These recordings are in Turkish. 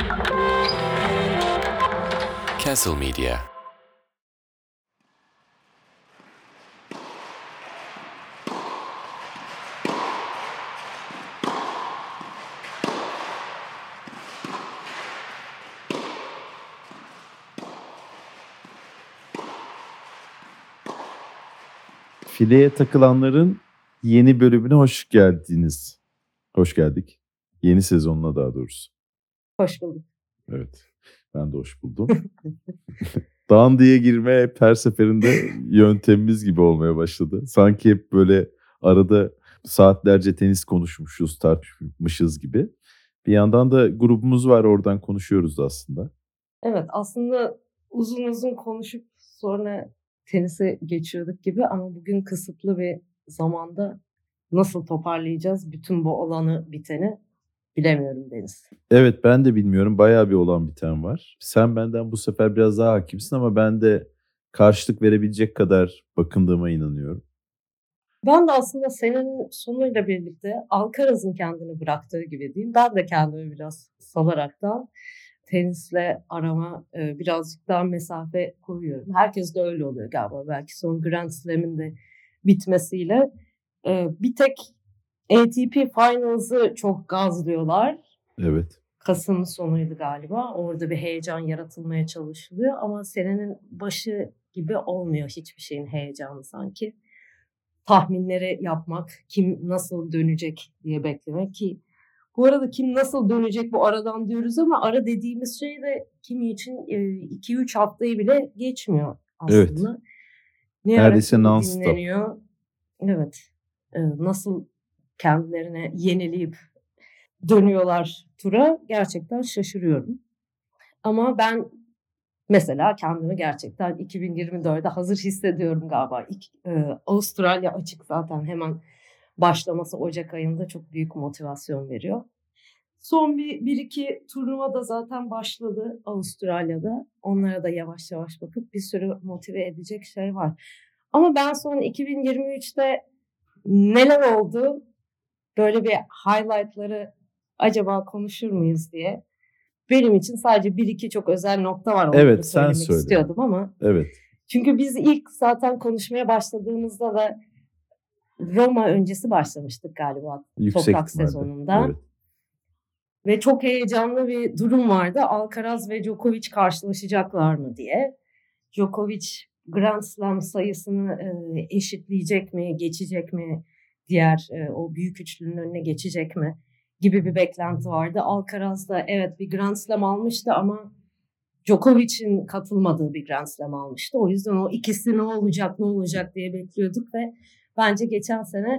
Castle Media. Fileye takılanların yeni bölümüne hoş geldiniz. Hoş geldik. Yeni sezonuna daha doğrusu. Hoş bulduk. Evet, ben de hoş buldum. Dan diye girme hep her seferinde yöntemimiz gibi olmaya başladı. Sanki hep böyle arada saatlerce tenis konuşmuşuz, tartışmışız gibi. Bir yandan da grubumuz var, oradan konuşuyoruz da aslında. Evet, aslında uzun uzun konuşup sonra tenise geçiyorduk gibi ama bugün kısıtlı bir zamanda nasıl toparlayacağız bütün bu olanı biteni bilemiyorum Deniz. Evet, ben de bilmiyorum. Bayağı bir olan biten var. Sen benden bu sefer biraz daha hakimsin ama ben de karşılık verebilecek kadar bakındığıma inanıyorum. Ben de aslında senin sonuyla birlikte Alcaraz'ın kendini bıraktığı gibi diyeyim. Ben de kendimi biraz salaraktan tenisle arama birazcık daha mesafe koyuyorum. Herkes de öyle oluyor galiba. Belki son Grand Slam'in de bitmesiyle. Bir tek ATP Finals'ı çok gazlıyorlar. Evet. Kasım sonuydu galiba. Orada bir heyecan yaratılmaya çalışılıyor. Ama senenin başı gibi olmuyor hiçbir şeyin heyecanı sanki. Tahminleri yapmak, kim nasıl dönecek diye beklemek ki bu arada kim nasıl dönecek bu aradan diyoruz ama ara dediğimiz şey de kimi için 2-3 haftayı bile geçmiyor aslında. Evet. Ne Neredeyse ara kim non-stop. dinleniyor. Evet. Nasıl kendilerine yenileyip dönüyorlar tura gerçekten şaşırıyorum. Ama ben mesela kendimi gerçekten 2024'de hazır hissediyorum galiba. Avustralya açık zaten hemen başlaması Ocak ayında çok büyük motivasyon veriyor. Son bir iki turnuva da zaten başladı Avustralya'da. Onlara da yavaş yavaş bakıp bir sürü motive edecek şey var. Ama ben son 2023'te neler oldu böyle bir highlightları acaba konuşur muyuz diye. Benim için sadece bir iki çok özel nokta var. Onları Evet, sen söylemek söyle. istiyordum ama. Evet. Çünkü biz ilk zaten konuşmaya başladığımızda da Roma öncesi başlamıştık galiba Yüksek toprak ihtimalle. sezonunda. Evet. Ve çok heyecanlı bir durum vardı. Alcaraz ve Djokovic karşılaşacaklar mı diye. Djokovic Grand Slam sayısını eşitleyecek mi, geçecek mi? Diğer o büyük üçlünün önüne geçecek mi? Gibi bir beklenti vardı. Alcaraz da evet bir Grand Slam almıştı ama Djokovic'in katılmadığı bir Grand Slam almıştı. O yüzden o ikisi ne olacak diye bekliyorduk ve bence geçen sene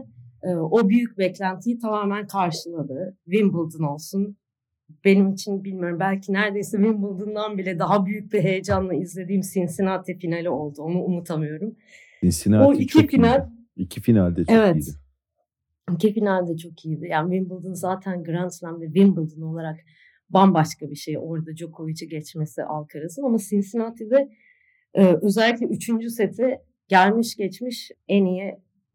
o büyük beklentiyi tamamen karşıladı. Wimbledon olsun. Benim için bilmiyorum belki neredeyse Wimbledon'dan bile daha büyük bir heyecanla izlediğim Cincinnati finali oldu. Onu unutamıyorum. Cincinnati O iki çok final, iyiydi. İki finalde çok evet, iyiydi. İki final de çok iyiydi. Yani Wimbledon zaten Grand Slam ve Wimbledon olarak bambaşka bir şey. Orada Djokovic'i geçmesi Alcaraz'ın ama Cincinnati'de özellikle 3. seti gelmiş geçmiş en iyi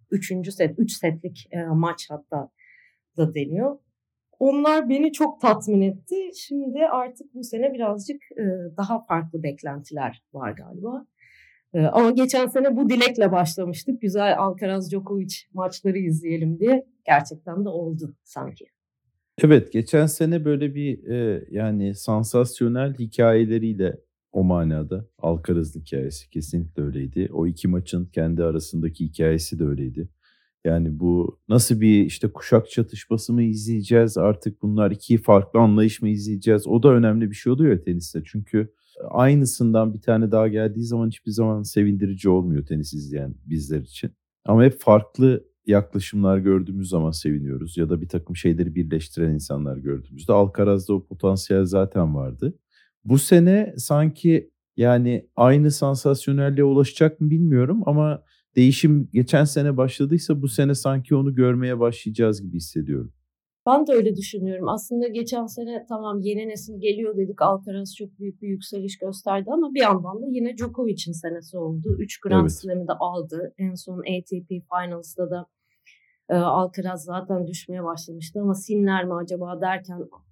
3. set, 3 setlik maç hatta da deniyor. Onlar beni çok tatmin etti. Şimdi artık bu sene birazcık daha farklı beklentiler var galiba. Ama geçen sene bu dilekle başlamıştık. Güzel Alcaraz-Djokovic maçları izleyelim diye. Gerçekten de oldu sanki. Evet, geçen sene böyle bir yani sansasyonel hikayeleriyle o manada Alcaraz'ın hikayesi kesinlikle öyleydi. O iki maçın kendi arasındaki hikayesi de öyleydi. Yani bu nasıl bir işte kuşak çatışması mı izleyeceğiz artık bunlar iki farklı anlayış mı izleyeceğiz? O da önemli bir şey oluyor ya teniste. Çünkü aynısından bir tane daha geldiği zaman hiçbir zaman sevindirici olmuyor tenis izleyen bizler için. Ama hep farklı yaklaşımlar gördüğümüz zaman seviniyoruz ya da bir takım şeyleri birleştiren insanlar gördüğümüzde Alcaraz'da o potansiyel zaten vardı. Bu sene sanki yani aynı sansasyonelliğe ulaşacak mı bilmiyorum ama değişim geçen sene başladıysa bu sene sanki onu görmeye başlayacağız gibi hissediyorum. Ben de öyle düşünüyorum. Aslında geçen sene tamam yeni nesil geliyor dedik. Alcaraz çok büyük bir yükseliş gösterdi ama bir yandan da yine Djokovic'in senesi oldu. 3 Grand Evet. Slam'ı da aldı. En son ATP Finals'da da Alcaraz zaten düşmeye başlamıştı ama Sinner mi acaba derken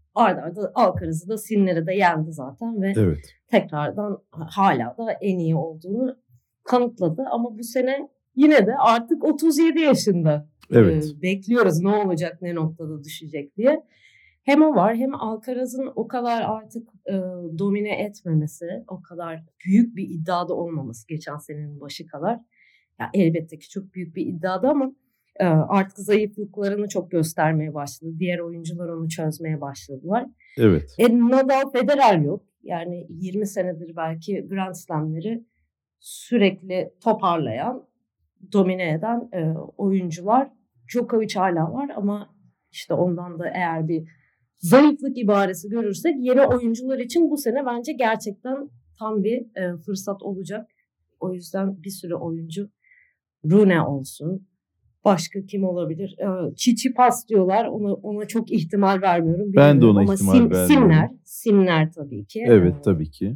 arda arda Alcaraz'ı da Sinner'i de yendi zaten ve Evet. tekrardan hala da en iyi olduğunu kanıtladı. Ama bu sene yine de artık 37 yaşında. Evet. Bekliyoruz ne olacak, ne noktada düşecek diye. Hem o var, hem Alcaraz'ın o kadar artık domine etmemesi, o kadar büyük bir iddiada olmaması geçen senenin başı kadar. Ya elbette ki çok büyük bir iddiada ama artık zayıflıklarını çok göstermeye başladı. Diğer oyuncular onu çözmeye başladılar. Evet. Nadal, Federer yok. Yani 20 senedir belki Grand Slam'leri sürekli toparlayan, domine eden oyuncular. Djokovic hala var ama işte ondan da eğer bir zayıflık ibaresi görürsek yeni oyuncular için bu sene bence gerçekten tam bir fırsat olacak. O yüzden bir sürü oyuncu, Rune olsun, başka kim olabilir? Tsitsipas diyorlar. Ona çok ihtimal vermiyorum. Ben de ona ama ihtimal vermiyorum. Sinner tabii ki. Evet tabii ki.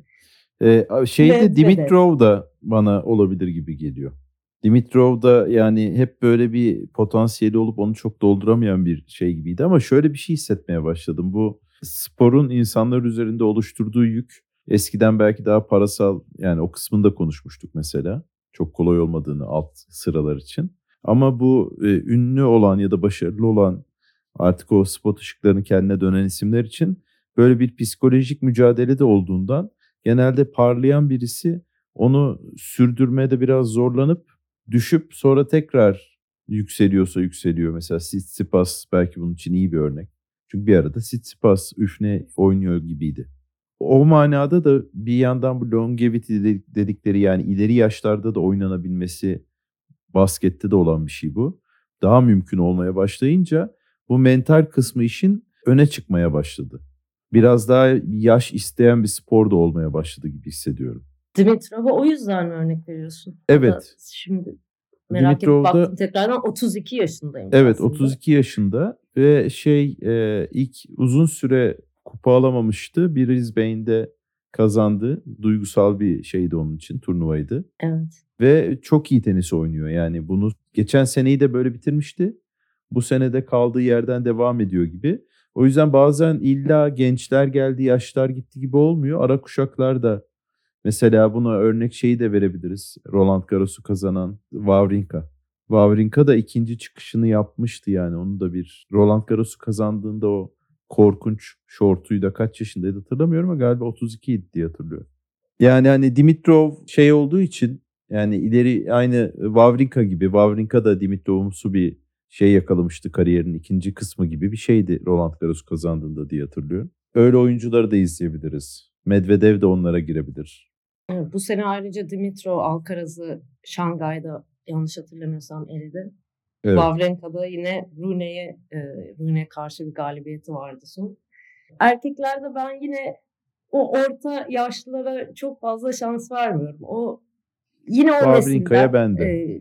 Ve Dimitrov da bana olabilir gibi geliyor. Dimitrov da yani hep böyle bir potansiyeli olup onu çok dolduramayan bir şey gibiydi ama şöyle bir şey hissetmeye başladım. Bu sporun insanlar üzerinde oluşturduğu yük eskiden belki daha parasal, yani o kısmını da konuşmuştuk mesela. Çok kolay olmadığını alt sıralar için. Ama bu ünlü olan ya da başarılı olan, artık o spot ışıklarını kendine dönen isimler için böyle bir psikolojik mücadele de olduğundan genelde parlayan birisi onu sürdürmede biraz zorlanıp düşüp sonra tekrar yükseliyorsa yükseliyor. Mesela Tsitsipas belki bunun için iyi bir örnek. Çünkü bir arada Tsitsipas üfne oynuyor gibiydi. O manada da bir yandan bu longevity dedikleri, yani ileri yaşlarda da oynanabilmesi, baskette de olan bir şey bu. Daha mümkün olmaya başlayınca bu mental kısmı işin öne çıkmaya başladı. Biraz daha yaş isteyen bir spor da olmaya başladı gibi hissediyorum. Dimitrov'a o yüzden örnek veriyorsun. Evet. Şimdi merak edip baktım tekrardan, 32 yaşındaymış evet, aslında. 32 yaşında ve ilk uzun süre kupa alamamıştı. Bir Brisbane'de kazandı. Duygusal bir şeydi onun için, turnuvaydı. Evet. Ve çok iyi tenis oynuyor. Yani bunu geçen seneyi de böyle bitirmişti. Bu sene de kaldığı yerden devam ediyor gibi. O yüzden bazen illa gençler geldi, yaşlar gitti gibi olmuyor. Ara kuşaklar da, mesela buna örnek şeyi de verebiliriz. Roland Garros'u kazanan Wawrinka. Wawrinka da ikinci çıkışını yapmıştı yani. Onu da bir Roland Garros'u kazandığında o korkunç şortuyla kaç yaşındaydı hatırlamıyorum ama galiba 32 idi diye hatırlıyorum. Yani hani Dimitrov şey olduğu için, yani ileri aynı Wawrinka gibi. Wawrinka da Dimitrov'umsu bir şey yakalamıştı kariyerinin ikinci kısmı gibi bir şeydi Roland Garros kazandığında diye hatırlıyorum. Öyle oyuncuları da izleyebiliriz. Medvedev de onlara girebilir. Evet, bu sene ayrıca Dimitrov Alcaraz'ı Şangay'da yanlış hatırlamıyorsam eledi. Evet. Wawrinka'da yine Rune'ye karşı bir galibiyeti vardı son. Erkeklerde ben yine o orta yaşlılara çok fazla şans vermiyorum. Yine o Wawrinka'ya ben de.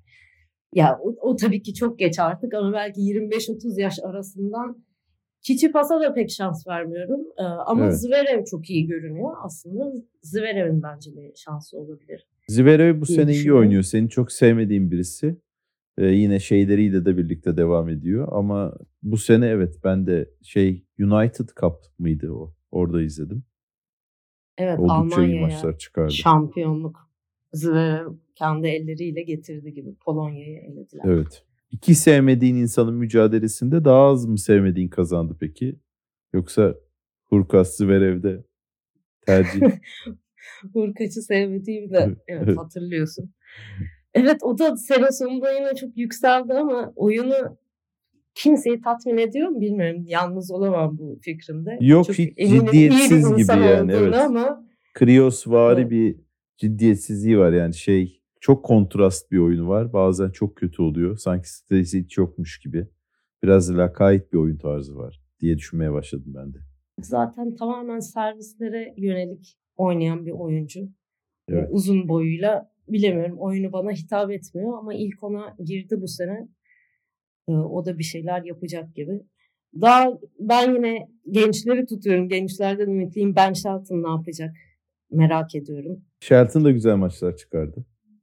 Ya o tabii ki çok geç artık ama belki 25-30 yaş arasından Tsitsipas'a da pek şans vermiyorum. Ama evet. Zverev çok iyi görünüyor. Aslında Zverev'in bence bir şansı olabilir. Zverev bu sene iyi oynuyor. Senin çok sevmediğin birisi. Yine şeyleriyle de birlikte devam ediyor. Ama bu sene evet, ben de United Cup mıydı o? Orada izledim. Evet, oldukça iyi maçlar çıkardı. Şampiyonluk Zverev kendi elleriyle getirdi gibi. Polonya'yı elediler. Evet. İki sevmediğin insanın mücadelesinde daha az mı sevmediğin kazandı peki? Yoksa Hurkacz Zverev'de tercih? Hurkaç'ı sevmediğimi de evet hatırlıyorsun. Evet, o da sene sonunda yine çok yükseldi ama oyunu kimseyi tatmin ediyor mu bilmiyorum. Yalnız olamam bu fikrimde. Yok, çok hiç ciddiyetsiz gibi yani. Evet. Ama Kriosvari evet. Bir ciddiyetsizliği var yani çok kontrast bir oyunu var. Bazen çok kötü oluyor. Sanki stresi hiç yokmuş gibi. Biraz lakayt bir oyun tarzı var diye düşünmeye başladım ben de. Zaten tamamen servislere yönelik oynayan bir oyuncu. Evet. Uzun boyuyla bilemiyorum, oyunu bana hitap etmiyor ama ilk ona girdi bu sene. O da bir şeyler yapacak gibi. Ben yine gençleri tutuyorum. Gençlerden ümitliyim. Ben Shelton ne yapacak merak ediyorum. Shelton da güzel maçlar çıkardı.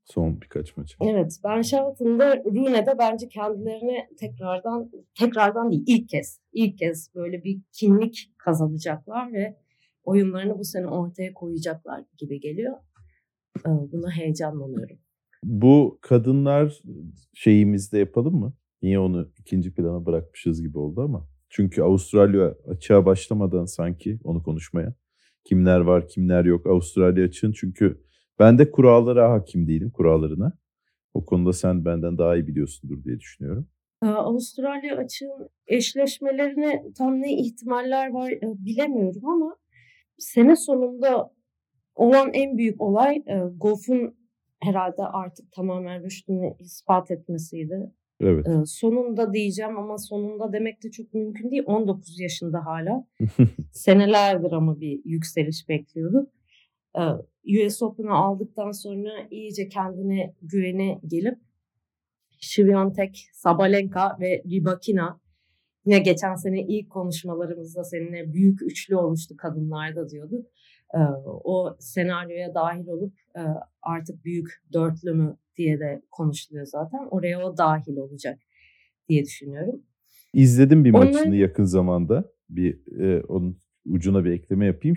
son birkaç maç. Evet, Ben Shelton'da Rune'de bence kendilerine tekrardan değil ilk kez böyle bir kimlik kazanacaklar ve oyunlarını bu sene ortaya koyacaklar gibi geliyor. Buna heyecanlanıyorum. Bu kadınlar şeyimizde yapalım mı? Niye onu ikinci plana bırakmışız gibi oldu ama. Çünkü Avustralya açığa başlamadan sanki onu konuşmaya. Kimler var, kimler yok Avustralya açığın. Çünkü ben de kurallara hakim değilim, kurallarına. O konuda sen benden daha iyi biliyorsundur diye düşünüyorum. Avustralya açığın eşleşmelerine tam ne ihtimaller var bilemiyorum ama sene sonunda olan en büyük olay Goff'un herhalde artık tamamen rüştünü ispat etmesiydi. Evet. Sonunda diyeceğim ama sonunda demek de çok mümkün değil. 19 yaşında hala. Senelerdir ama bir yükseliş bekliyorduk. US Open'ı aldıktan sonra iyice kendine güveni gelip Świątek, Sabalenka ve Rybakina, yine geçen sene ilk konuşmalarımızda seninle büyük üçlü oluştu kadınlarda diyorduk. O senaryoya dahil olup artık büyük dörtlü mü diye de konuşuluyor zaten. Oraya o dahil olacak diye düşünüyorum. İzledim bir maçını yakın zamanda. Onun ucuna bir ekleme yapayım.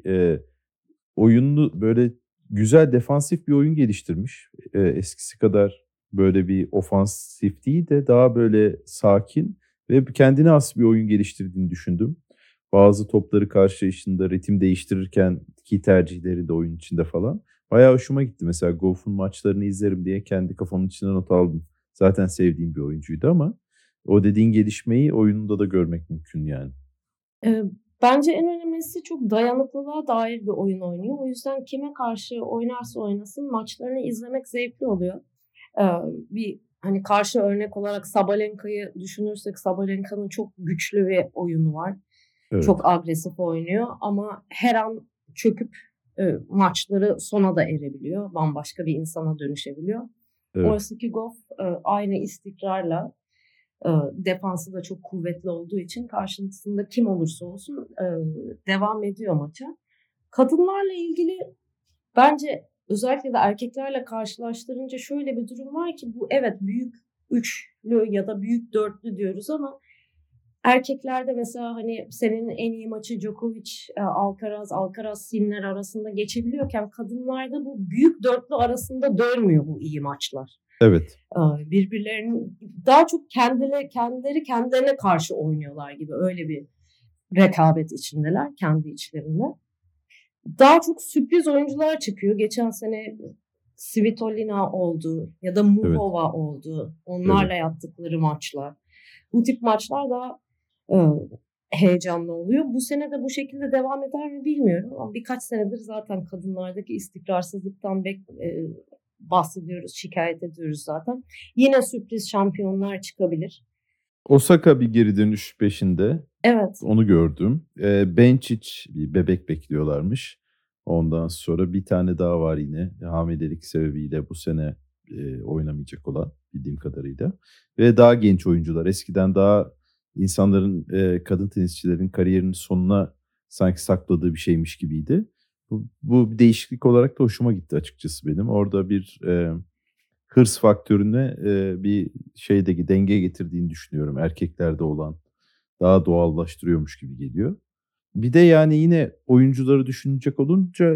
Oyununu böyle güzel defansif bir oyun geliştirmiş. Eskisi kadar böyle bir ofansif değil de daha böyle sakin ve kendine has bir oyun geliştirdiğini düşündüm. Bazı topları karşılaştığında ritim değiştirirken ki tercihleri de oyun içinde falan. Bayağı hoşuma gitti. Mesela Goff'un maçlarını izlerim diye kendi kafamın içine not aldım. Zaten sevdiğim bir oyuncuydu ama o dediğin gelişmeyi oyununda da görmek mümkün yani. Bence en önemlisi çok dayanıklılığa dair bir oyun oynuyor. O yüzden kime karşı oynarsa oynasın maçlarını izlemek zevkli oluyor. Bir hani karşı örnek olarak Sabalenka'yı düşünürsek Sabalenka'nın çok güçlü bir oyunu var. Evet. Çok agresif oynuyor ama her an çöküp maçları sona da erebiliyor. Bambaşka bir insana dönüşebiliyor. Evet. Oysa ki Goff aynı istikrarla defansı da çok kuvvetli olduğu için karşısında kim olursa olsun devam ediyor maça. Kadınlarla ilgili bence özellikle de erkeklerle karşılaştırınca şöyle bir durum var ki bu evet büyük üçlü ya da büyük dörtlü diyoruz ama erkeklerde mesela hani senin en iyi maçı Djokovic, Alcaraz, Sinner arasında geçebiliyorken kadınlarda bu büyük dörtlü arasında dönmüyor bu iyi maçlar. Evet. Birbirlerinin daha çok kendileri kendilerine karşı oynuyorlar gibi öyle bir rekabet içindeler kendi içlerinde. Daha çok sürpriz oyuncular çıkıyor. Geçen sene Svitolina oldu ya da Muhova evet. oldu. Onlarla yaptıkları maçlar. Bu tip maçlar daha heyecanlı oluyor. Bu sene de bu şekilde devam eder mi bilmiyorum ama birkaç senedir zaten kadınlardaki istikrarsızlıktan bahsediyoruz, şikayet ediyoruz zaten. Yine sürpriz şampiyonlar çıkabilir. Osaka bir geri dönüş peşinde. Evet. Onu gördüm. Benčić bir bebek bekliyorlarmış. Ondan sonra bir tane daha var yine hamilelik sebebiyle bu sene oynamayacak olan bildiğim kadarıyla. Ve daha genç oyuncular. Eskiden daha insanların, kadın tenisçilerin kariyerinin sonuna sanki sakladığı bir şeymiş gibiydi. Bu bir değişiklik olarak da hoşuma gitti açıkçası benim. Orada bir hırs faktörüne bir denge getirdiğini düşünüyorum. Erkeklerde olan daha doğallaştırıyormuş gibi geliyor. Bir de yani yine oyuncuları düşünecek olunca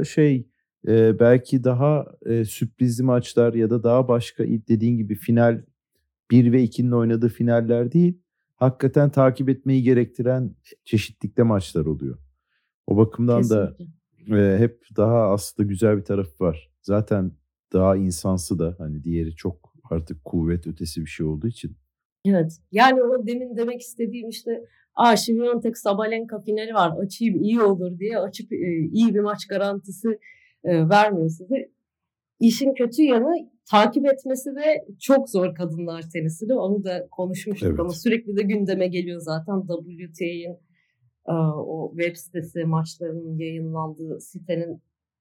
belki daha sürprizli maçlar ya da daha başka dediğin gibi final 1 ve 2'nin oynadığı finaller değil. Hakikaten takip etmeyi gerektiren çeşitlilikte maçlar oluyor. O bakımdan kesinlikle da hep daha aslında güzel bir tarafı var. Zaten daha insansı da hani diğeri çok artık kuvvet ötesi bir şey olduğu için. Evet. Yani o demin demek istediğim işte Świątek Sabalenka finali var. Açayım iyi olur diye açıp iyi bir maç garantisi vermiyor size. İşin kötü yanı takip etmesi de çok zor kadınlar tenisini. Onu da konuşmuştuk evet. Ama sürekli de gündeme geliyor zaten WTA'nin o web sitesi maçlarının yayınlandığı sitenin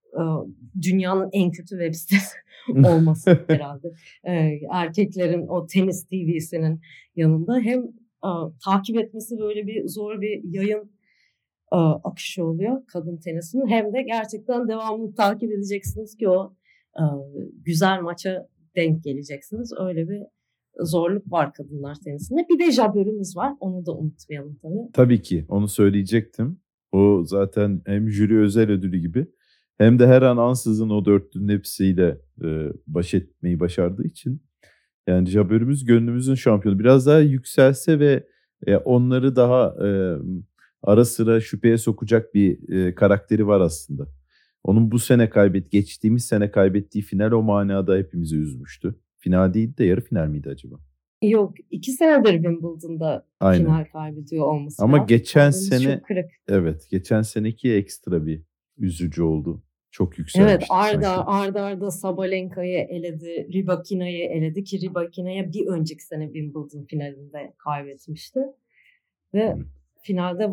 dünyanın en kötü web sitesi olması herhalde. Erkeklerin o tenis TV'sinin yanında hem takip etmesi böyle bir zor bir yayın akışı oluyor kadın tenisinin hem de gerçekten devamlı takip edeceksiniz ki o güzel maça denk geleceksiniz. Öyle bir zorluk var kadınlar tenisinde. Bir de jabörümüz var. Onu da unutmayalım tabii. Tabii ki onu söyleyecektim. O zaten hem jüri özel ödülü gibi hem de her an ansızın o dörtlünün hepsiyle baş etmeyi başardığı için yani jabörümüz gönlümüzün şampiyonu. Biraz daha yükselse ve onları daha ara sıra şüpheye sokacak bir karakteri var aslında. Onun bu sene geçtiğimiz sene kaybettiği final o manada hepimizi üzmüştü. Final değil de yarı final miydi acaba? Yok, 2 senedir Wimbledon'da Aynen. final kaybediyor olması Ama lazım. geçen Kalbimiz sene çok kırık. evet geçen seneki ekstra bir üzücü oldu. Çok Evet, yükselmişti sanki. arda Sabalenka'yı eledi, Rybakina'yı eledi ki Rybakina'ya bir önceki sene Wimbledon finalinde kaybetmişti. Ve Evet. finalde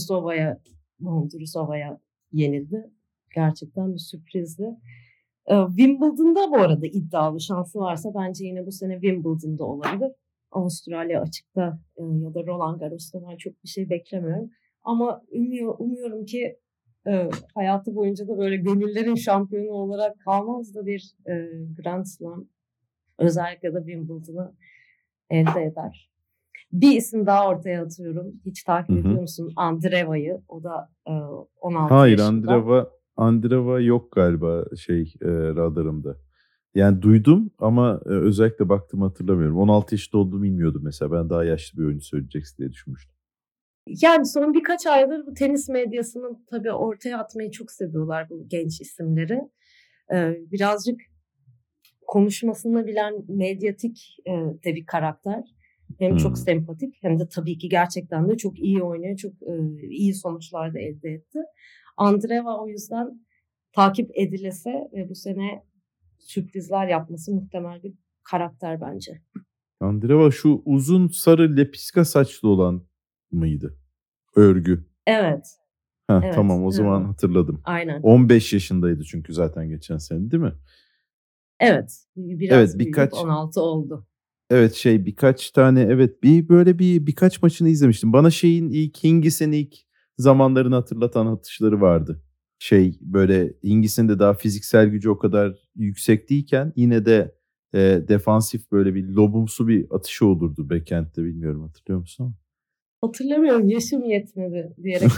Vondrousova'ya yenildi. Gerçekten bir sürprizdi. Wimbledon'da bu arada iddialı şansı varsa bence yine bu sene Wimbledon'da olabilir. Avustralya açıkta ya da Roland Garros'ta ben çok bir şey beklemiyorum. Ama umuyorum ki hayatı boyunca da böyle gönüllerin şampiyonu olarak kalmaz da bir Grand Slam özellikle de Wimbledon'ı elde eder. Bir isim daha ortaya atıyorum. Hiç takip ediyor musun? Andreeva'yı. O da 16 Hayır, yaşında. Andreeva yok galiba radarımda. Yani duydum ama özellikle baktım hatırlamıyorum. 16 yaşında olduğunu bilmiyordum mesela. Ben daha yaşlı bir oyuncu söyleyeceksin diye düşünmüştüm. Yani son birkaç aydır bu tenis medyasının tabii ortaya atmayı çok seviyorlar bu genç isimleri. Birazcık konuşmasını bilen medyatik de bir karakter. Hem çok sempatik hem de tabii ki gerçekten de çok iyi oynuyor. Çok iyi sonuçlar da elde etti. Andreeva o yüzden takip edilese ve bu sene sürprizler yapması muhtemel bir karakter bence. Andreeva şu uzun sarı lepiska saçlı olan mıydı? Örgü. Evet. Evet. Tamam o zaman hatırladım. Aynen. 15 yaşındaydı çünkü zaten geçen sene değil mi? Evet. Biraz birkaç 16 oldu. Evet birkaç tane birkaç maçını izlemiştim. Bana ilk Hingis'in ilk zamanlarını hatırlatan atışları vardı. Böyle Hingis'in de daha fiziksel gücü o kadar yüksek değilken yine de defansif böyle bir lobumsu bir atışı olurdu backhand'de, bilmiyorum hatırlıyor musun ama? Hatırlamıyorum, yaşım yetmedi diyerek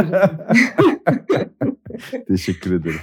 Teşekkür ederim.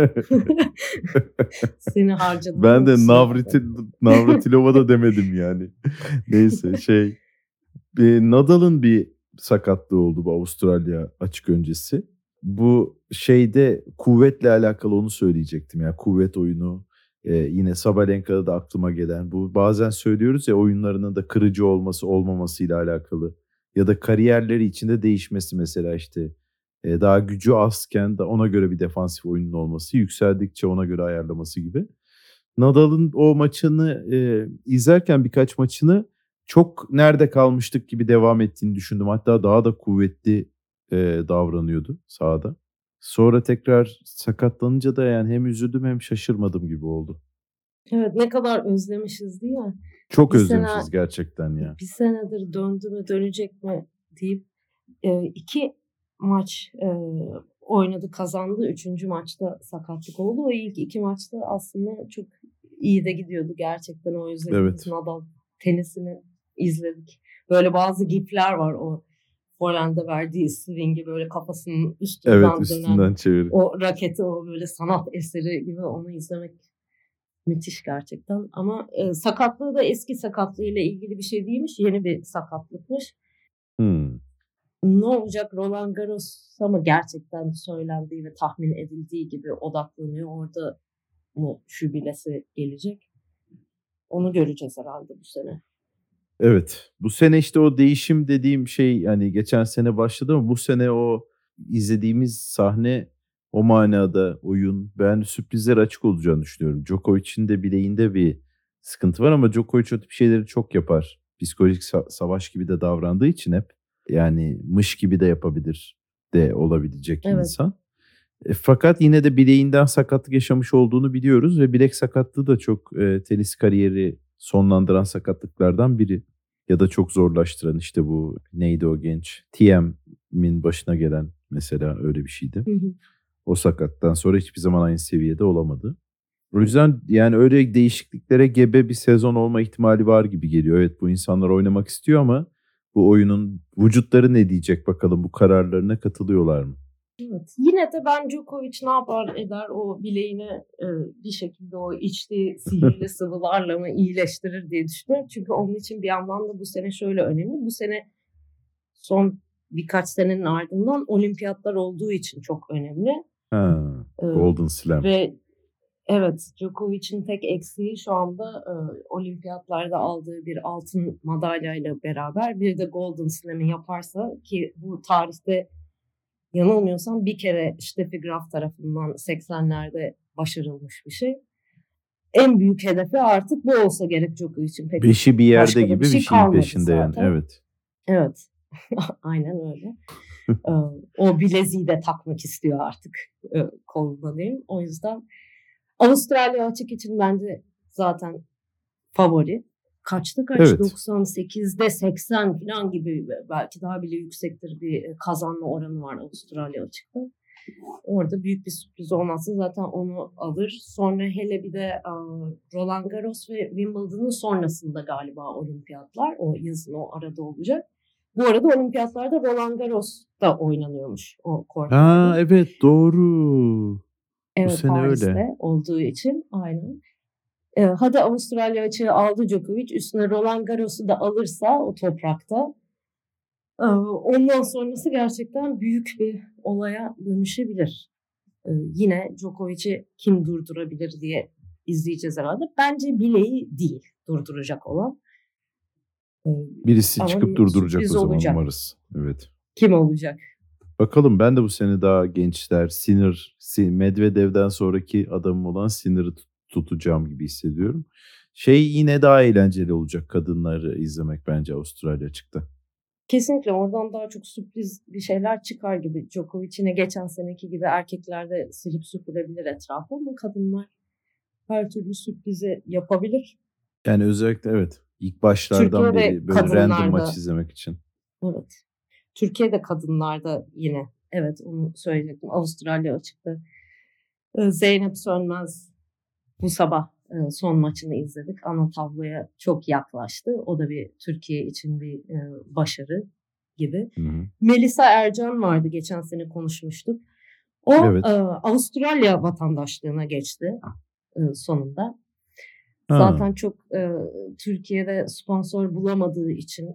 Seni harcadım. Ben de Navratilova da demedim yani. Neyse Nadal'ın bir sakatlığı oldu bu Avustralya açık öncesi. Bu kuvvetle alakalı onu söyleyecektim ya. Kuvvet oyunu yine Sabalenka'da da aklıma gelen, bu bazen söylüyoruz ya, oyunlarının da kırıcı olması olmamasıyla alakalı. Ya da kariyerleri içinde değişmesi mesela daha gücü azken de ona göre bir defansif oyunun olması, yükseldikçe ona göre ayarlaması gibi. Nadal'ın o maçını izlerken birkaç maçını çok nerede kalmıştık gibi devam ettiğini düşündüm. Hatta daha da kuvvetli davranıyordu sahada. Sonra tekrar sakatlanınca da yani hem üzüldüm hem şaşırmadım gibi oldu. Evet, ne kadar özlemişiz değil mi? Çok özlemişiz gerçekten ya. Bir senedir döndü mü dönecek mi deyip 2 maç oynadı, kazandı. 3. maçta sakatlık oldu. O ilk 2 maçta aslında çok iyi de gidiyordu gerçekten. O yüzden evet. Nadal tenisini izledik. Böyle bazı gifler var, o forehand'e verdiği swing'i böyle kafasının üstünden dönen çevirir. O raketi, o böyle sanat eseri gibi, onu izlemek müthiş gerçekten. Ama sakatlığı da eski sakatlığıyla ilgili bir şey değilmiş. Yeni bir sakatlıkmış. Ne olacak Roland Garros'a mı gerçekten söylendiği ve tahmin edildiği gibi odaklanıyor? Orada mı jübilesi gelecek? Onu göreceğiz herhalde bu sene. Evet. Bu sene o değişim dediğim yani geçen sene başladı ama bu sene o izlediğimiz sahne, o manada oyun, ben sürprizler açık olacağını düşünüyorum. Djokovic'in de bileğinde bir sıkıntı var ama Djokovic o tip şeyleri çok yapar. Psikolojik savaş gibi de davrandığı için hep. Yani mış gibi de yapabilir de olabilecek insan. Fakat yine de bileğinden sakatlık yaşamış olduğunu biliyoruz ve bilek sakatlığı da çok tenis kariyeri sonlandıran sakatlıklardan biri. Ya da çok zorlaştıran, bu neydi o genç? Thiem'in başına gelen mesela öyle bir şeydi. O sakattan sonra hiçbir zaman aynı seviyede olamadı. O yüzden yani öyle değişikliklere gebe bir sezon olma ihtimali var gibi geliyor. Evet, bu insanlar oynamak istiyor ama bu oyunun vücutları ne diyecek bakalım, bu kararlarına katılıyorlar mı? Evet. Yine de ben Djokovic ne yapar eder o bileğini bir şekilde o içtiği sihirli sıvılarla mı iyileştirir diye düşünüyorum. Çünkü onun için bir yandan da bu sene şöyle önemli. Bu sene son birkaç senenin ardından olimpiyatlar olduğu için çok önemli. Ha, Ee, Golden Slam. Ve evet, Djokovic'in tek eksiği şu anda olimpiyatlarda aldığı bir altın madalyayla beraber bir de Golden Slam'i yaparsa, ki bu tarihte yanılmıyorsam bir kere Steffi Graf tarafından 80'lerde başarılmış bir şey. En büyük hedefi artık bu olsa gerek Djokovic için. Pek Beşi bir yerde başka da gibi bir şey bir şeyin kalmadı peşinde yani. zaten. Evet. Evet. Aynen öyle. O bileziği de takmak istiyor artık koluna diyeyim. O yüzden Avustralya açık için bence zaten favori. Kaçta Evet. 98'de 80 falan gibi, belki daha bile yüksektir bir kazanma oranı var Avustralya açıkta. Orada büyük bir sürpriz olmazsa zaten onu alır. Sonra hele bir de Roland Garros ve Wimbledon'un sonrasında galiba olimpiyatlar. O yazın o arada olacak. Bu arada olimpiyatlarda Roland Garros da oynanıyormuş o kortlarda. Ha evet, doğru. Bu Evet, sene Paris'te öyle. olduğu için aynen. Hadi Avustralya açığı aldı Djokovic. Üstüne Roland Garros'u da alırsa o toprakta, ondan sonrası gerçekten büyük bir olaya dönüşebilir. Yine Djokovic'i kim durdurabilir diye izleyeceğiz herhalde. Bence bileği değil durduracak olan. Birisi Ama çıkıp bir durduracak sürpriz o zaman, olacak. umarız. Evet. Kim olacak? Bakalım, ben de bu sene daha gençler, Medvedev'den sonraki adamım olan Sinner'ı tutacağım gibi hissediyorum. Yine daha eğlenceli olacak kadınları izlemek bence Avustralya açıkta. Kesinlikle oradan daha çok sürpriz bir şeyler çıkar gibi. Djokovic yine geçen seneki gibi erkeklerde silip süpürebilir etrafı, ama kadınlar her türlü sürprizi yapabilir. Yani özellikle evet, ilk başlardan Türkiye'de beri böyle random maç kadınlarda, izlemek için. evet. Türkiye'de kadınlarda yine, evet, onu söyleyecektim. Avustralya açıkta Zeynep Sönmez bu sabah son maçını izledik. Ana tabloya çok yaklaştı. O da bir Türkiye için bir başarı gibi. Hı-hı. Melisa Ercan vardı, geçen sene konuşmuştuk. O Evet. Avustralya vatandaşlığına geçti sonunda. Ha. Zaten çok Türkiye'de sponsor bulamadığı için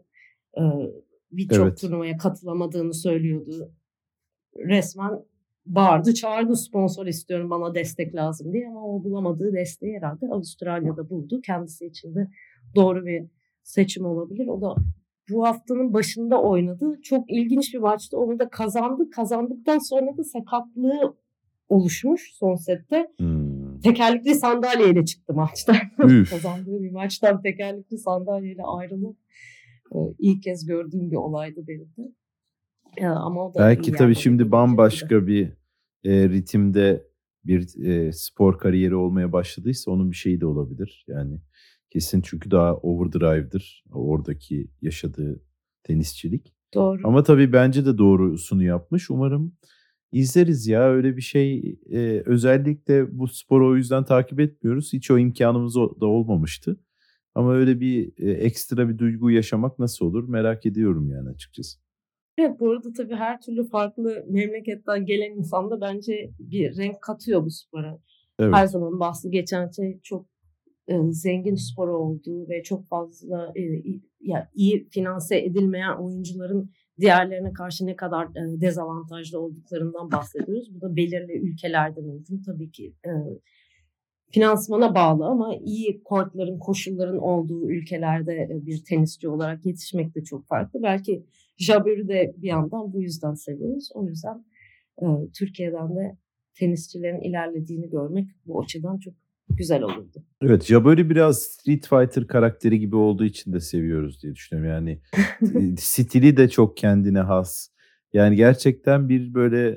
birçok Evet. turnuvaya katılamadığını söylüyordu. Resmen bağırdı çağırdı, sponsor istiyorum, bana destek lazım diye, ama o bulamadığı desteği herhalde Avustralya'da buldu. Kendisi için de doğru bir seçim olabilir. O da bu haftanın başında oynadı. Çok ilginç bir maçtı. Onu da kazandı. Kazandıktan sonra da sakatlığı oluşmuş son sette. Tekerlekli sandalyeyle çıktı maçtan. Kazandığı bir maçtan tekerlekli sandalyeyle ayrılıp ilk kez gördüğüm bir olaydı benim de. Ama o da belki tabii şimdi bambaşka bir ritimde bir spor kariyeri olmaya başladıysa onun bir şeyi de olabilir. Yani kesin, çünkü daha overdrive'dır oradaki yaşadığı tenisçilik. Doğru. Ama tabii bence de doğrusunu yapmış. Umarım izleriz ya, öyle bir şey. Özellikle bu sporu o yüzden takip etmiyoruz. Hiç o imkanımız da olmamıştı. Ama öyle bir ekstra bir duygu yaşamak nasıl olur merak ediyorum yani açıkçası. Evet, bu arada tabii her türlü farklı memleketten gelen insan da bence bir renk katıyor bu spora. Evet. Her zaman bahsi geçen şey çok zengin spor olduğu ve çok fazla iyi finanse edilmeyen oyuncuların diğerlerine karşı ne kadar dezavantajlı olduklarından bahsediyoruz. Bu da belirli ülkelerde mümkün. Tabii ki finansmana bağlı, ama iyi kortların, koşulların olduğu ülkelerde bir tenisçi olarak yetişmek de çok farklı. Belki Jabber'i de bir yandan bu yüzden seviyoruz. O yüzden Türkiye'den de tenisçilerin ilerlediğini görmek bu açıdan çok güzel olurdu. Evet, Jabber'i biraz Street Fighter karakteri gibi olduğu için de seviyoruz diye düşünüyorum. Yani stili de çok kendine has. Yani gerçekten bir böyle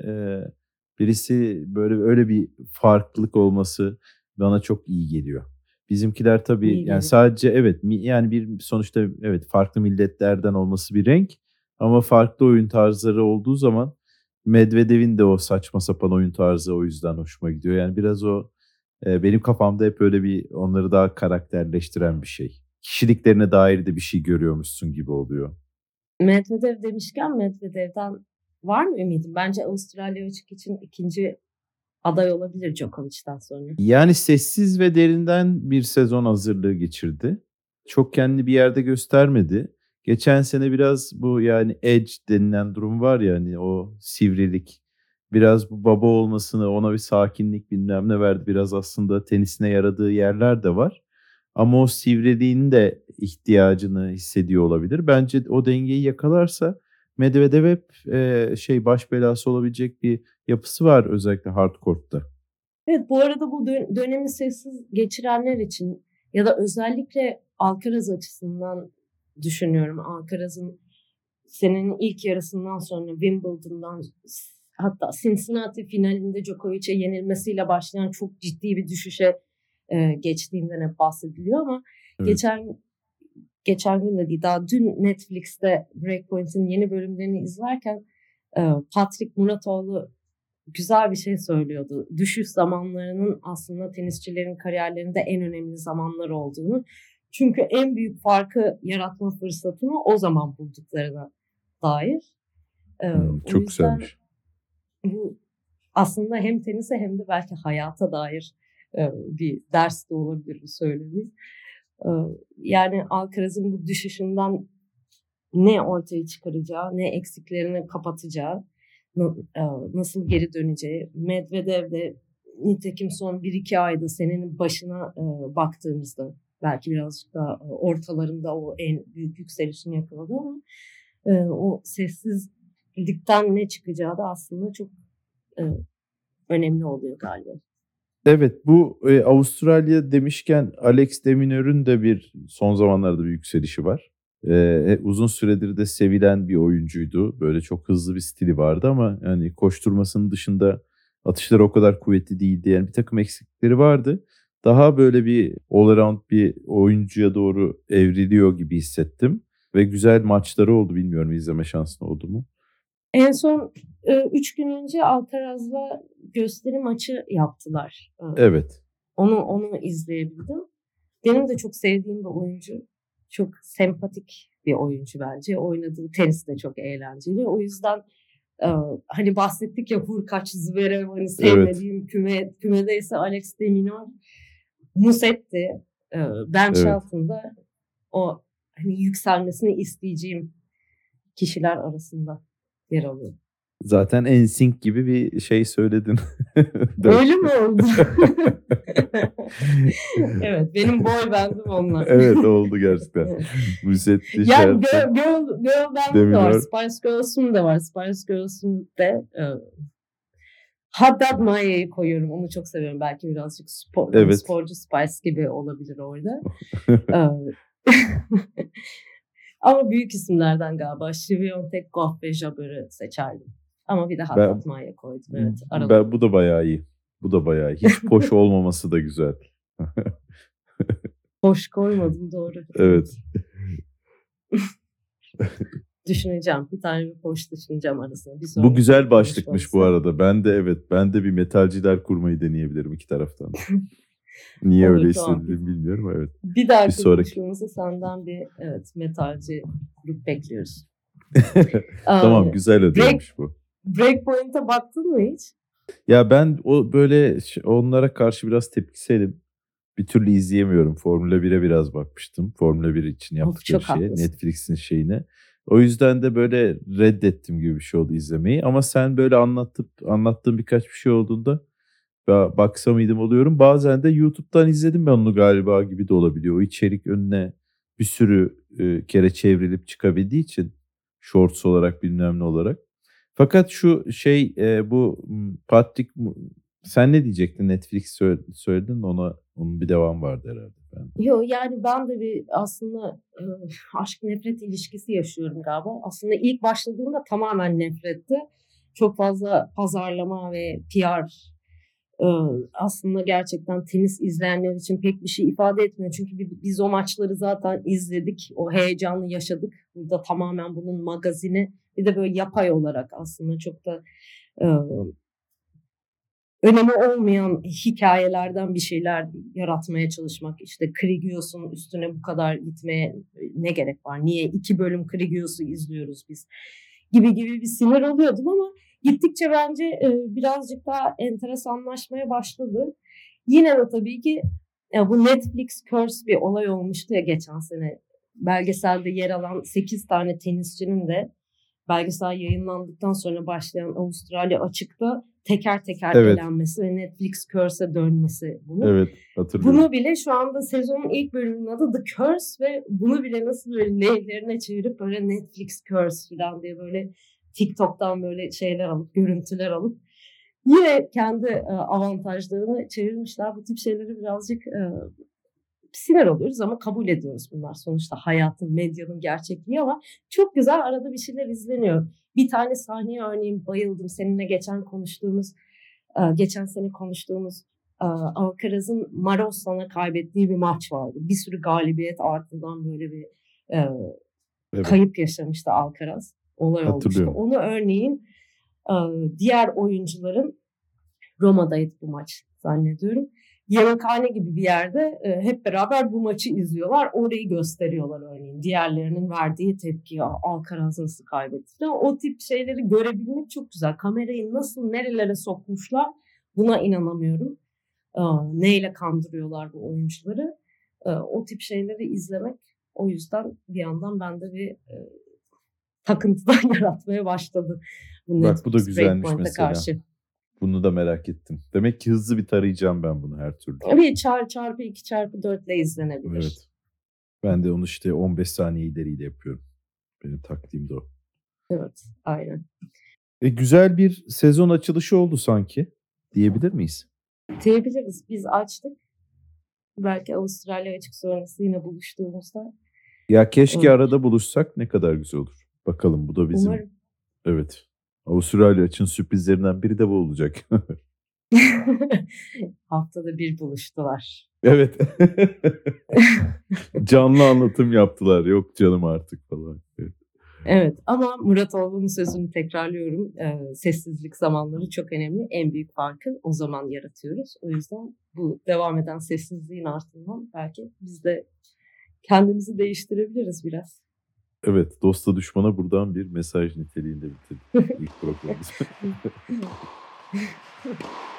birisi böyle öyle bir farklılık olması bana çok iyi geliyor. Bizimkiler tabii İyi yani geliyor. sadece evet, yani bir sonuçta evet farklı milletlerden olması bir renk, ama farklı oyun tarzları olduğu zaman Medvedev'in de o saçma sapan oyun tarzı o yüzden hoşuma gidiyor. Yani biraz o Benim kafamda hep öyle bir onları daha karakterleştiren bir şey. Kişiliklerine dair de bir şey görüyormuşsun gibi oluyor. Medvedev demişken Medvedev'den var mı ümidin? Bence Avustralya açık için ikinci aday olabilir Djokovic'ten sonra. Yani sessiz ve derinden bir sezon hazırlığı geçirdi. Çok kendini bir yerde göstermedi. Geçen sene biraz bu yani edge denilen durum var ya hani o sivrilik. Biraz bu baba olmasını ona bir sakinlik bilmem ne verdi. Biraz aslında tenisine yaradığı yerler de var. Ama o sivriliğin de ihtiyacını hissediyor olabilir. Bence o dengeyi yakalarsa Medvedev hep baş belası olabilecek bir yapısı var özellikle hard court'ta. Evet, bu arada bu dönemi sessiz geçirenler için ya da özellikle Alcaraz açısından düşünüyorum. Alcaraz'ın senenin ilk yarısından sonra Wimbledon'dan hatta Cincinnati finalinde Djokovic'e yenilmesiyle başlayan çok ciddi bir düşüşe geçtiğinden hep bahsediliyor ama Evet. geçen gün de değil, daha dün Netflix'te Breakpoint'in yeni bölümlerini izlerken Patrick Muratoğlu güzel bir şey söylüyordu. Düşüş zamanlarının aslında tenisçilerin kariyerlerinde en önemli zamanlar olduğunu. Çünkü en büyük farkı yaratma fırsatını o zaman bulduklarına dair. Çok güzelmiş. Bu aslında hem tenise hem de belki hayata dair bir ders de olabilir bu söylediğiniz. Yani Alcaraz'ın bu düşüşünden ne ortaya çıkaracağı, ne eksiklerini kapatacağı, nasıl geri döneceği. Medvedev de nitekim son 1-2 ayda senenin başına baktığımızda belki birazcık daha ortalarında o en büyük yükselişini yakaladı ama o sessizlikten ne çıkacağı da aslında çok önemli oluyor galiba. Evet, bu Avustralya demişken Alex de Minaur'un da son zamanlarda bir yükselişi var. Uzun süredir de sevilen bir oyuncuydu. Böyle çok hızlı bir stili vardı ama yani koşturmasının dışında atışları o kadar kuvvetli değildi. Yani bir takım eksiklikleri vardı. Daha böyle bir all around bir oyuncuya doğru evriliyor gibi hissettim. Ve güzel maçları oldu, bilmiyorum izleme şansın oldu mu? En son 3 gün önce Alcaraz'la gösteri maçı yaptılar. Evet. Onu izleyebildim. Benim de çok sevdiğim bir oyuncu. Çok sempatik bir oyuncu bence. Oynadığı tenis de çok eğlenceli. O yüzden hani bahsettik ya Hurkaç, Zverev, hani sevmediğim kümedeyse Alex de Minaur, Musetti, Ben Shelton'da o hani yükselmesini isteyeceğim kişiler arasında yer alıyor. Zaten NSYNC gibi bir şey söyledin. Öyle mi oldu? Evet, benim boy bandım onlar. Evet, oldu gerçekten. Musetti, yani girl band'ım da var. Spice Girls'um da var. Spice Girls'um de Haddad Maya'yı koyuyorum. Onu çok seviyorum. Belki birazcık sporcu Spice gibi olabilir orada. Ama büyük isimlerden galiba Swiatek, Goff ve Jabber'ı seçerdim. Ama bir de Haddad Maya koydum. Evet, bu da bayağı iyi. Bu da bayağı iyi. Hiç poş olmaması da güzel. Poş koymadım, doğru. Evet. Düşüneceğim. Bir tane bir poş düşüneceğim arasında. Bu güzel başlıkmış bu arada. Ben de bir metalciler kurmayı deneyebilirim iki taraftan. Niye öyle istediğimi bilmiyorum. Evet. Bir dahaki konuşmamızda senden bir metalci grup bekliyoruz. Tamam, güzel ödeymiş bu. Breakpoint'e baktın mı hiç? Ya ben böyle onlara karşı biraz tepkiselim. Bir türlü izleyemiyorum. Formula 1'e biraz bakmıştım. Formula 1 için yaptıkları şeye. Netflix'in şeyine. O yüzden de böyle reddettim gibi bir şey oldu izlemeyi. Ama sen böyle anlattığın birkaç bir şey olduğunda baksa mıydım oluyorum. Bazen de YouTube'dan izledim ben onu galiba gibi de olabiliyor. O içerik önüne bir sürü kere çevrilip çıkabildiği için shorts olarak bilmem ne olarak. Fakat şu bu Patrick, sen ne diyecektin? Netflix söyledin de onun bir devam vardı herhalde. Yok, yani ben de bir aslında aşk nefret ilişkisi yaşıyorum galiba. Aslında ilk başladığımda tamamen nefretti. Çok fazla pazarlama ve PR aslında gerçekten tenis izleyenler için pek bir şey ifade etmiyor. Çünkü biz o maçları zaten izledik. O heyecanı yaşadık. Burada tamamen bunun magazini, bir de böyle yapay olarak aslında çok da önemi olmayan hikayelerden bir şeyler yaratmaya çalışmak. İşte Krigios'un üstüne bu kadar gitmeye ne gerek var? Niye 2 bölüm Krigios'u izliyoruz biz? Gibi bir sinir oluyordum ama gittikçe bence birazcık daha enteresanlaşmaya başladı. Yine de tabii ki bu Netflix curse bir olay olmuştu ya geçen sene. Belgeselde yer alan 8 tane tenisçinin de belgesel yayınlandıktan sonra başlayan Avustralya açıkta teker teker elenmesi ve Netflix curse'e dönmesi bunu. Evet, hatırlıyorum. Bunu bile şu anda sezonun ilk bölümünün adı The Curse ve bunu bile nasıl böyle lehlerine çevirip böyle Netflix curse falan diye böyle TikTok'tan böyle şeyler alıp, görüntüler alıp yine kendi avantajlarını çevirmişler. Bu tip şeyleri birazcık sinir oluyoruz ama kabul ediyoruz bunlar. Sonuçta hayatın, medyanın gerçekliği ama çok güzel arada bir şeyler izleniyor. Bir tane sahneye örneğin bayıldım. Seninle geçen sene konuştuğumuz Alcaraz'ın Maroslan'a kaybettiği bir maç vardı. Bir sürü galibiyet ardından böyle bir kayıp yaşamıştı Alcaraz. Olay olmuştu. Onu örneğin diğer oyuncuların Roma'daydı bu maç zannediyorum. Yemekhane gibi bir yerde hep beraber bu maçı izliyorlar. Orayı gösteriyorlar örneğin. Diğerlerinin verdiği tepki, Alcaraz nasıl kaybetti. O tip şeyleri görebilmek çok güzel. Kamerayı nasıl nerelere sokmuşlar buna inanamıyorum. Neyle kandırıyorlar bu oyuncuları. O tip şeyleri izlemek o yüzden bir yandan bende bir takıntıdan yaratmaya başladı. Bak bu da güzelmiş mesela. Karşı. Bunu da merak ettim. Demek ki hızlı bir tarayacağım ben bunu her türlü. Bir çarpı 2 çarpı 4 ile izlenebilir. Evet. Ben de onu işte 15 saniye ileriyle yapıyorum. Benim taktiğim de o. Evet, aynen. Güzel bir sezon açılışı oldu sanki. Diyebilir miyiz? Diyebiliriz. Biz açtık. Belki Avustralya açık sonrası yine buluştuğumuzda. Ya keşke arada buluşsak ne kadar güzel olur. Bakalım bu da bizim. Umarım. Evet. Avustralya için sürprizlerinden biri de bu olacak. Haftada bir buluştular. Evet. Canlı anlatım yaptılar. Yok canım artık falan. Evet ama Muratoğlu'nun sözünü tekrarlıyorum. Sessizlik zamanları çok önemli. En büyük farkı o zaman yaratıyoruz. O yüzden bu devam eden sessizliğin ardından belki biz de kendimizi değiştirebiliriz biraz. Evet, dosta düşmana buradan bir mesaj niteliğinde bitirdik ilk programımız.